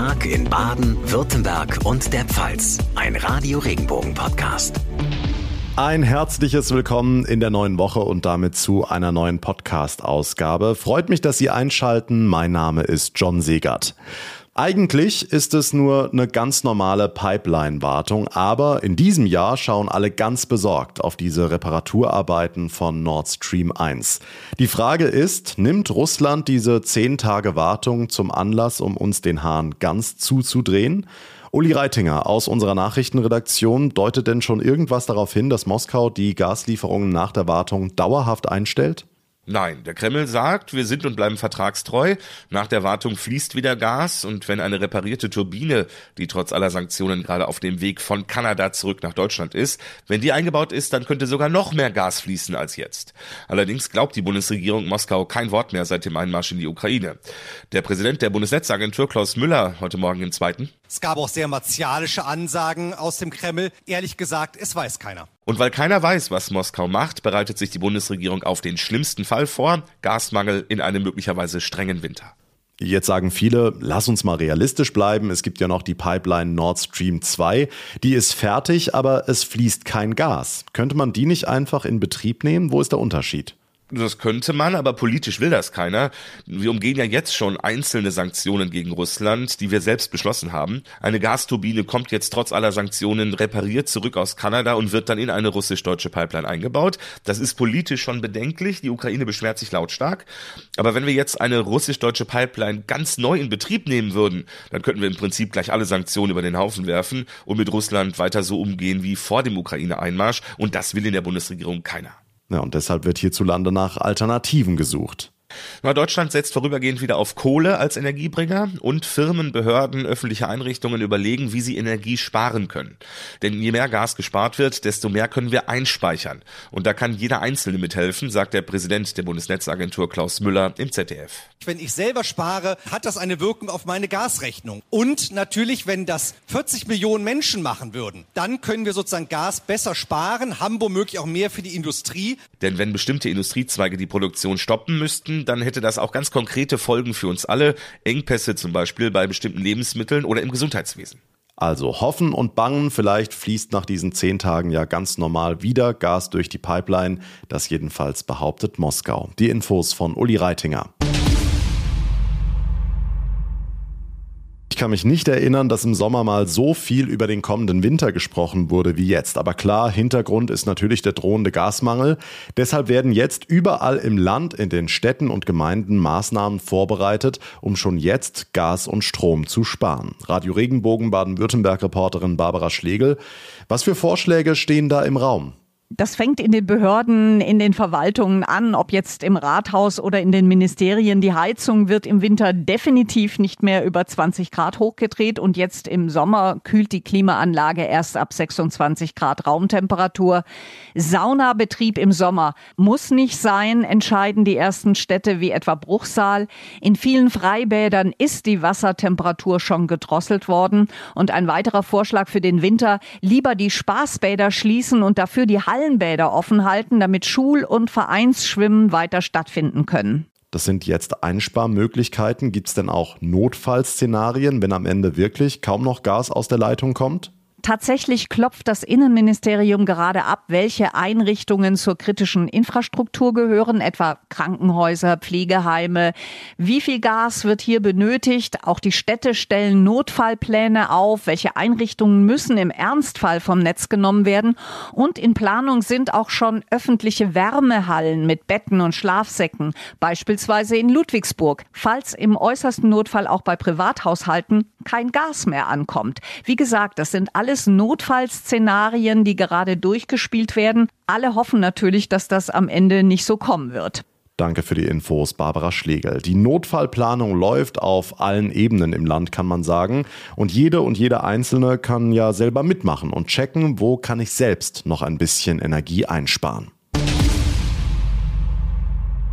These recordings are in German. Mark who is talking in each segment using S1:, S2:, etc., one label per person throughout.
S1: Tag in Baden, Württemberg und der Pfalz. Ein Radio-Regenbogen-Podcast.
S2: Ein herzliches Willkommen in der neuen Woche und damit zu einer neuen Podcast-Ausgabe. Freut mich, dass Sie einschalten. Mein Name ist John Segert. Eigentlich ist es nur eine ganz normale Pipeline-Wartung, aber in diesem Jahr schauen alle ganz besorgt auf diese Reparaturarbeiten von Nord Stream 1. Die Frage ist, nimmt Russland diese 10 Tage Wartung zum Anlass, um uns den Hahn ganz zuzudrehen? Uli Reitinger aus unserer Nachrichtenredaktion, deutet denn schon irgendwas darauf hin, dass Moskau die Gaslieferungen nach der Wartung dauerhaft einstellt?
S3: Nein, der Kreml sagt, wir sind und bleiben vertragstreu. Nach der Wartung fließt wieder Gas und wenn eine reparierte Turbine, die trotz aller Sanktionen gerade auf dem Weg von Kanada zurück nach Deutschland ist, wenn die eingebaut ist, dann könnte sogar noch mehr Gas fließen als jetzt. Allerdings glaubt die Bundesregierung Moskau kein Wort mehr seit dem Einmarsch in die Ukraine. Der Präsident der Bundesnetzagentur Klaus Müller heute Morgen im Zweiten:
S4: Es gab auch sehr martialische Ansagen aus dem Kreml. Ehrlich gesagt, es weiß keiner.
S3: Und weil keiner weiß, was Moskau macht, bereitet sich die Bundesregierung auf den schlimmsten Fall vor: Gasmangel in einem möglicherweise strengen Winter.
S2: Jetzt sagen viele, lass uns mal realistisch bleiben. Es gibt ja noch die Pipeline Nord Stream 2. Die ist fertig, aber es fließt kein Gas. Könnte man die nicht einfach in Betrieb nehmen? Wo ist der Unterschied?
S3: Das könnte man, aber politisch will das keiner. Wir umgehen ja jetzt schon einzelne Sanktionen gegen Russland, die wir selbst beschlossen haben. Eine Gasturbine kommt jetzt trotz aller Sanktionen repariert zurück aus Kanada und wird dann in eine russisch-deutsche Pipeline eingebaut. Das ist politisch schon bedenklich. Die Ukraine beschwert sich lautstark. Aber wenn wir jetzt eine russisch-deutsche Pipeline ganz neu in Betrieb nehmen würden, dann könnten wir im Prinzip gleich alle Sanktionen über den Haufen werfen und mit Russland weiter so umgehen wie vor dem Ukraine-Einmarsch. Und das will in der Bundesregierung keiner.
S2: Ja, und deshalb wird hierzulande nach Alternativen gesucht.
S3: Deutschland setzt vorübergehend wieder auf Kohle als Energiebringer und Firmen, Behörden, öffentliche Einrichtungen überlegen, wie sie Energie sparen können. Denn je mehr Gas gespart wird, desto mehr können wir einspeichern. Und da kann jeder Einzelne mithelfen, sagt der Präsident der Bundesnetzagentur Klaus Müller im ZDF.
S4: Wenn ich selber spare, hat das eine Wirkung auf meine Gasrechnung. Und natürlich, wenn das 40 Millionen Menschen machen würden, dann können wir sozusagen Gas besser sparen, haben womöglich auch mehr für die Industrie.
S3: Denn wenn bestimmte Industriezweige die Produktion stoppen müssten, dann hätte das auch ganz konkrete Folgen für uns alle. Engpässe zum Beispiel bei bestimmten Lebensmitteln oder im Gesundheitswesen.
S2: Also hoffen und bangen, vielleicht fließt nach diesen 10 Tagen ja ganz normal wieder Gas durch die Pipeline. Das jedenfalls behauptet Moskau. Die Infos von Uli Reitinger. Ich kann mich nicht erinnern, dass im Sommer mal so viel über den kommenden Winter gesprochen wurde wie jetzt. Aber klar, Hintergrund ist natürlich der drohende Gasmangel. Deshalb werden jetzt überall im Land, in den Städten und Gemeinden Maßnahmen vorbereitet, um schon jetzt Gas und Strom zu sparen. Radio Regenbogen Baden-Württemberg-Reporterin Barbara Schlegel. Was für Vorschläge stehen da im Raum?
S5: Das fängt in den Behörden, in den Verwaltungen an, ob jetzt im Rathaus oder in den Ministerien. Die Heizung wird im Winter definitiv nicht mehr über 20 Grad hochgedreht und jetzt im Sommer kühlt die Klimaanlage erst ab 26 Grad Raumtemperatur. Saunabetrieb im Sommer muss nicht sein, entscheiden die ersten Städte wie etwa Bruchsal. In vielen Freibädern ist die Wassertemperatur schon gedrosselt worden. Und ein weiterer Vorschlag für den Winter: lieber die Spaßbäder schließen und dafür die Hallenbäder offen halten, damit Schul- und Vereinsschwimmen weiter stattfinden können.
S2: Das sind jetzt Einsparmöglichkeiten. Gibt es denn auch Notfallszenarien, wenn am Ende wirklich kaum noch Gas aus der Leitung kommt?
S5: Tatsächlich klopft das Innenministerium gerade ab, welche Einrichtungen zur kritischen Infrastruktur gehören, etwa Krankenhäuser, Pflegeheime. Wie viel Gas wird hier benötigt? Auch die Städte stellen Notfallpläne auf. Welche Einrichtungen müssen im Ernstfall vom Netz genommen werden? Und in Planung sind auch schon öffentliche Wärmehallen mit Betten und Schlafsäcken, beispielsweise in Ludwigsburg, falls im äußersten Notfall auch bei Privathaushalten kein Gas mehr ankommt. Wie gesagt, das sind alles Notfallszenarien, die gerade durchgespielt werden. Alle hoffen natürlich, dass das am Ende nicht so kommen wird.
S2: Danke für die Infos, Barbara Schlegel. Die Notfallplanung läuft auf allen Ebenen im Land, kann man sagen. Und jeder Einzelne kann ja selber mitmachen und checken, wo kann ich selbst noch ein bisschen Energie einsparen.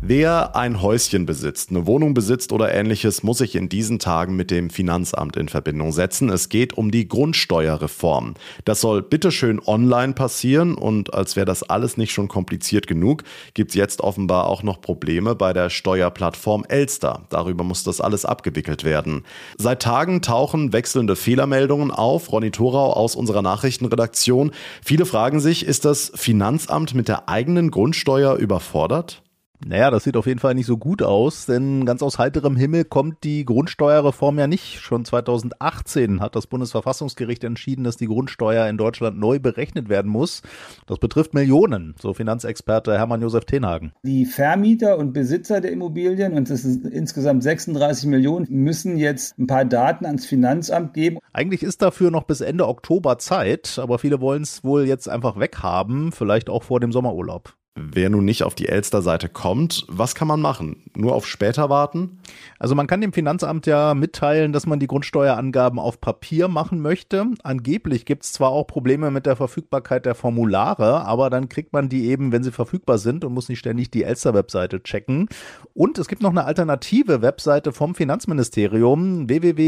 S2: Wer ein Häuschen besitzt, eine Wohnung besitzt oder ähnliches, muss sich in diesen Tagen mit dem Finanzamt in Verbindung setzen. Es geht um die Grundsteuerreform. Das soll bitteschön online passieren und als wäre das alles nicht schon kompliziert genug, gibt es jetzt offenbar auch noch Probleme bei der Steuerplattform Elster. Darüber muss das alles abgewickelt werden. Seit Tagen tauchen wechselnde Fehlermeldungen auf. Ronny Thorau aus unserer Nachrichtenredaktion. Viele fragen sich, ist das Finanzamt mit der eigenen Grundsteuer überfordert?
S6: Naja, das sieht auf jeden Fall nicht so gut aus, denn ganz aus heiterem Himmel kommt die Grundsteuerreform ja nicht. Schon 2018 hat das Bundesverfassungsgericht entschieden, dass die Grundsteuer in Deutschland neu berechnet werden muss. Das betrifft Millionen, so Finanzexperte Hermann-Josef Tenhagen.
S7: Die Vermieter und Besitzer der Immobilien, und das sind insgesamt 36 Millionen, müssen jetzt ein paar Daten ans Finanzamt geben.
S6: Eigentlich ist dafür noch bis Ende Oktober Zeit, aber viele wollen es wohl jetzt einfach weghaben, vielleicht auch vor dem Sommerurlaub.
S2: Wer nun nicht auf die Elster-Seite kommt, was kann man machen? Nur auf später warten?
S6: Also man kann dem Finanzamt ja mitteilen, dass man die Grundsteuerangaben auf Papier machen möchte. Angeblich gibt es zwar auch Probleme mit der Verfügbarkeit der Formulare, aber dann kriegt man die eben, wenn sie verfügbar sind und muss nicht ständig die Elster-Webseite checken. Und es gibt noch eine alternative Webseite vom Finanzministerium,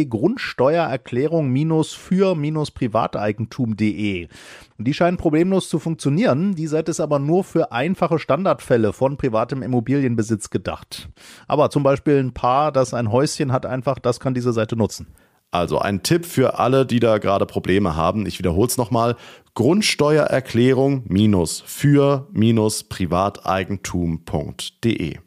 S6: www.grundsteuererklärung-für-privateigentum.de. Und die scheinen problemlos zu funktionieren. Die Seite ist aber nur für einfache Standardfälle von privatem Immobilienbesitz gedacht. Aber zum Beispiel ein Paar, das ein Häuschen hat, einfach, das kann diese Seite nutzen.
S2: Also ein Tipp für alle, die da gerade Probleme haben. Ich wiederhole es nochmal. Grundsteuererklärung-für-privateigentum.de.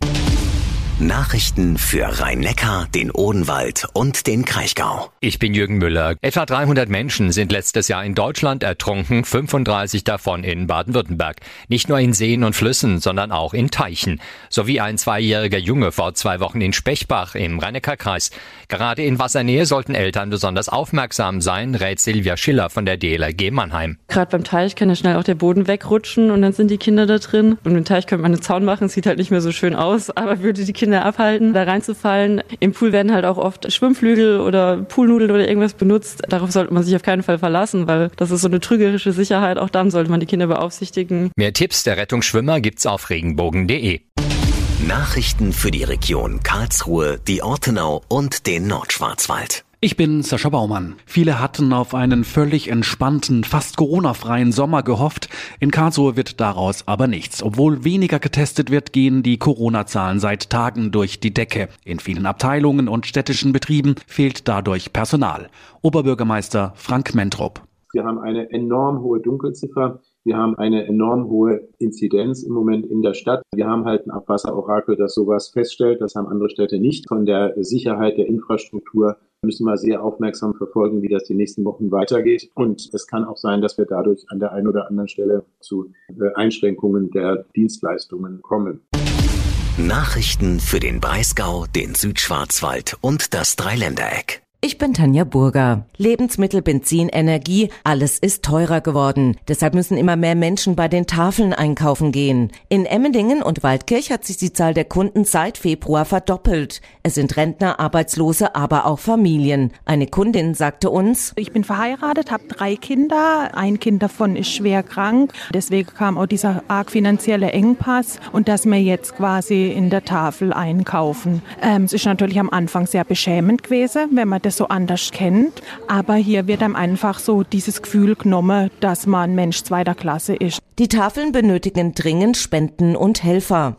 S1: Nachrichten für Rhein-Neckar, den Odenwald und den Kraichgau.
S8: Ich bin Jürgen Müller. Etwa 300 Menschen sind letztes Jahr in Deutschland ertrunken, 35 davon in Baden-Württemberg. Nicht nur in Seen und Flüssen, sondern auch in Teichen. Sowie ein 2-jähriger Junge vor 2 Wochen in Spechbach im Rhein-Neckar-Kreis. Gerade in Wassernähe sollten Eltern besonders aufmerksam sein, rät Silvia Schiller von der DLRG Mannheim.
S9: Gerade beim Teich kann ja schnell auch der Boden wegrutschen und dann sind die Kinder da drin. Und im Teich könnte man einen Zaun machen, sieht halt nicht mehr so schön aus, aber würde die Kinder abhalten, da reinzufallen. Im Pool werden halt auch oft Schwimmflügel oder Poolnudeln oder irgendwas benutzt. Darauf sollte man sich auf keinen Fall verlassen, weil das ist so eine trügerische Sicherheit. Auch dann sollte man die Kinder beaufsichtigen.
S8: Mehr Tipps der Rettungsschwimmer gibt's auf regenbogen.de.
S1: Nachrichten für die Region Karlsruhe, die Ortenau und den Nordschwarzwald.
S10: Ich bin Sascha Baumann. Viele hatten auf einen völlig entspannten, fast Corona-freien Sommer gehofft. In Karlsruhe wird daraus aber nichts. Obwohl weniger getestet wird, gehen die Corona-Zahlen seit Tagen durch die Decke. In vielen Abteilungen und städtischen Betrieben fehlt dadurch Personal. Oberbürgermeister Frank Mentrup.
S11: Wir haben eine enorm hohe Dunkelziffer. Wir haben eine enorm hohe Inzidenz im Moment in der Stadt. Wir haben halt ein Abwasserorakel, das sowas feststellt. Das haben andere Städte nicht. Von der Sicherheit der Infrastruktur müssen wir sehr aufmerksam verfolgen, wie das die nächsten Wochen weitergeht. Und es kann auch sein, dass wir dadurch an der einen oder anderen Stelle zu Einschränkungen der Dienstleistungen kommen.
S1: Nachrichten für den Breisgau, den Südschwarzwald und das Dreiländereck.
S12: Ich bin Tanja Burger. Lebensmittel, Benzin, Energie, alles ist teurer geworden. Deshalb müssen immer mehr Menschen bei den Tafeln einkaufen gehen. In Emmendingen und Waldkirch hat sich die Zahl der Kunden seit Februar verdoppelt. Es sind Rentner, Arbeitslose, aber auch Familien. Eine Kundin sagte uns:
S13: Ich bin verheiratet, habe 3 Kinder. Ein Kind davon ist schwer krank. Deswegen kam auch dieser arg finanzielle Engpass und dass wir jetzt quasi in der Tafel einkaufen. Es ist natürlich am Anfang sehr beschämend gewesen, wenn man das so anders kennt. Aber hier wird einem einfach so dieses Gefühl genommen, dass man Mensch zweiter Klasse ist.
S12: Die Tafeln benötigen dringend Spenden und Helfer.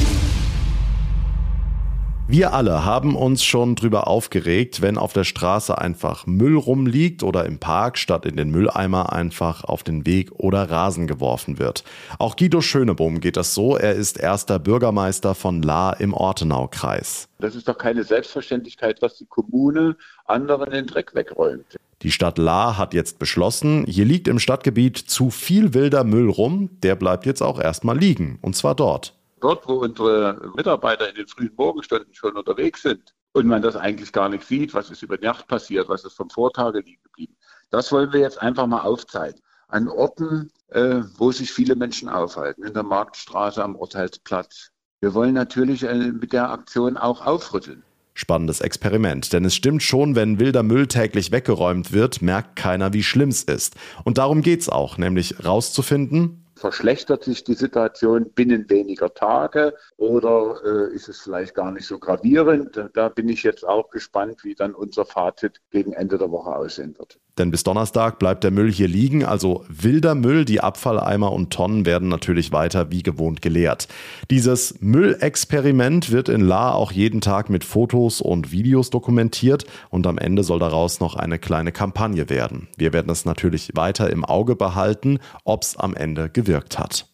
S2: Wir alle haben uns schon drüber aufgeregt, wenn auf der Straße einfach Müll rumliegt oder im Park statt in den Mülleimer einfach auf den Weg oder Rasen geworfen wird. Auch Guido Schönebohm geht das so. Er ist erster Bürgermeister von Lahr im Ortenaukreis.
S14: Das ist doch keine Selbstverständlichkeit, dass die Kommune anderen den Dreck wegräumt.
S2: Die Stadt Lahr hat jetzt beschlossen, hier liegt im Stadtgebiet zu viel wilder Müll rum. Der bleibt jetzt auch erstmal liegen, und zwar dort.
S14: Dort, wo unsere Mitarbeiter in den frühen Morgenstunden schon unterwegs sind und man das eigentlich gar nicht sieht, was ist über die Nacht passiert, was ist vom Vortage liegen geblieben. Das wollen wir jetzt einfach mal aufzeigen. An Orten, wo sich viele Menschen aufhalten, in der Marktstraße, am Urteilsplatz. Wir wollen natürlich mit der Aktion auch aufrütteln.
S2: Spannendes Experiment, denn es stimmt schon, wenn wilder Müll täglich weggeräumt wird, merkt keiner, wie schlimm es ist. Und darum geht's auch, nämlich rauszufinden:
S14: Verschlechtert sich die Situation binnen weniger Tage oder ist es vielleicht gar nicht so gravierend? Da bin ich jetzt auch gespannt, wie dann unser Fazit gegen Ende der Woche aussehen wird.
S2: Denn bis Donnerstag bleibt der Müll hier liegen, also wilder Müll. Die Abfalleimer und Tonnen werden natürlich weiter wie gewohnt geleert. Dieses Müllexperiment wird in Lahr auch jeden Tag mit Fotos und Videos dokumentiert und am Ende soll daraus noch eine kleine Kampagne werden. Wir werden es natürlich weiter im Auge behalten, ob es am Ende gewirkt hat.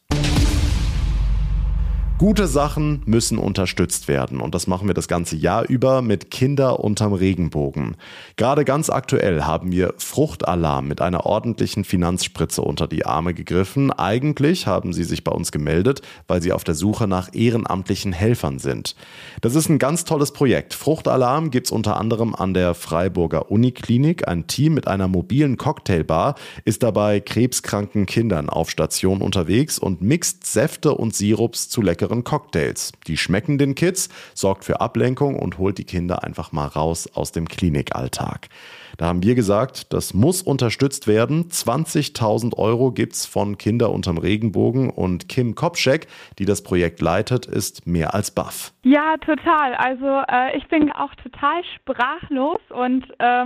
S2: Gute Sachen müssen unterstützt werden und das machen wir das ganze Jahr über mit Kinder unterm Regenbogen. Gerade ganz aktuell haben wir Fruchtalarm mit einer ordentlichen Finanzspritze unter die Arme gegriffen. Eigentlich haben sie sich bei uns gemeldet, weil sie auf der Suche nach ehrenamtlichen Helfern sind. Das ist ein ganz tolles Projekt. Fruchtalarm gibt's unter anderem an der Freiburger Uniklinik. Ein Team mit einer mobilen Cocktailbar ist dabei krebskranken Kindern auf Station unterwegs und mixt Säfte und Sirups zu leckeren Cocktails. Die schmecken den Kids, sorgt für Ablenkung und holt die Kinder einfach mal raus aus dem Klinikalltag. Da haben wir gesagt, das muss unterstützt werden. 20.000 € gibt's von Kinder unterm Regenbogen und Kim Kopschek, die das Projekt leitet, ist mehr als baff.
S15: Ja, total. Also ich bin auch total sprachlos und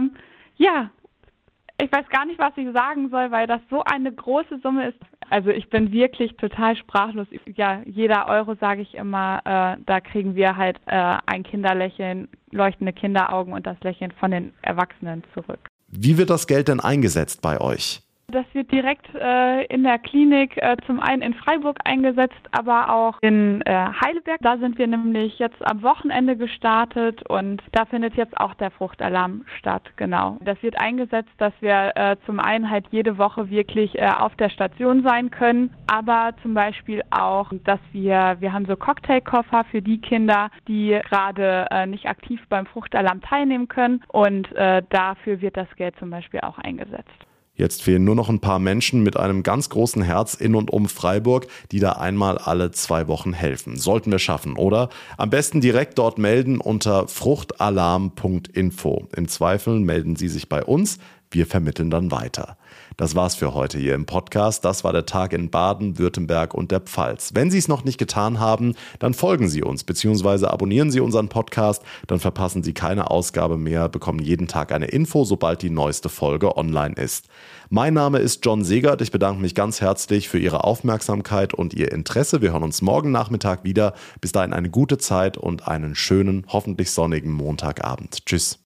S15: ich weiß gar nicht, was ich sagen soll, weil das so eine große Summe ist. Also ich bin wirklich total sprachlos. Ja, jeder Euro, sage ich immer, da kriegen wir halt ein Kinderlächeln, leuchtende Kinderaugen und das Lächeln von den Erwachsenen zurück.
S2: Wie wird das Geld denn eingesetzt bei euch?
S15: Das wird direkt in der Klinik zum einen in Freiburg eingesetzt, aber auch in Heidelberg. Da sind wir nämlich jetzt am Wochenende gestartet und da findet jetzt auch der Fruchtalarm statt, genau. Das wird eingesetzt, dass wir zum einen halt jede Woche wirklich auf der Station sein können, aber zum Beispiel auch, dass wir haben so Cocktailkoffer für die Kinder, die gerade nicht aktiv beim Fruchtalarm teilnehmen können und dafür wird das Geld zum Beispiel auch eingesetzt.
S2: Jetzt fehlen nur noch ein paar Menschen mit einem ganz großen Herz in und um Freiburg, die da einmal alle 2 Wochen helfen. Sollten wir schaffen, oder? Am besten direkt dort melden unter fruchtalarm.info. Im Zweifel melden Sie sich bei uns. Wir vermitteln dann weiter. Das war's für heute hier im Podcast. Das war der Tag in Baden, Württemberg und der Pfalz. Wenn Sie es noch nicht getan haben, dann folgen Sie uns bzw. abonnieren Sie unseren Podcast. Dann verpassen Sie keine Ausgabe mehr, bekommen jeden Tag eine Info, sobald die neueste Folge online ist. Mein Name ist John Segert. Ich bedanke mich ganz herzlich für Ihre Aufmerksamkeit und Ihr Interesse. Wir hören uns morgen Nachmittag wieder. Bis dahin eine gute Zeit und einen schönen, hoffentlich sonnigen Montagabend. Tschüss.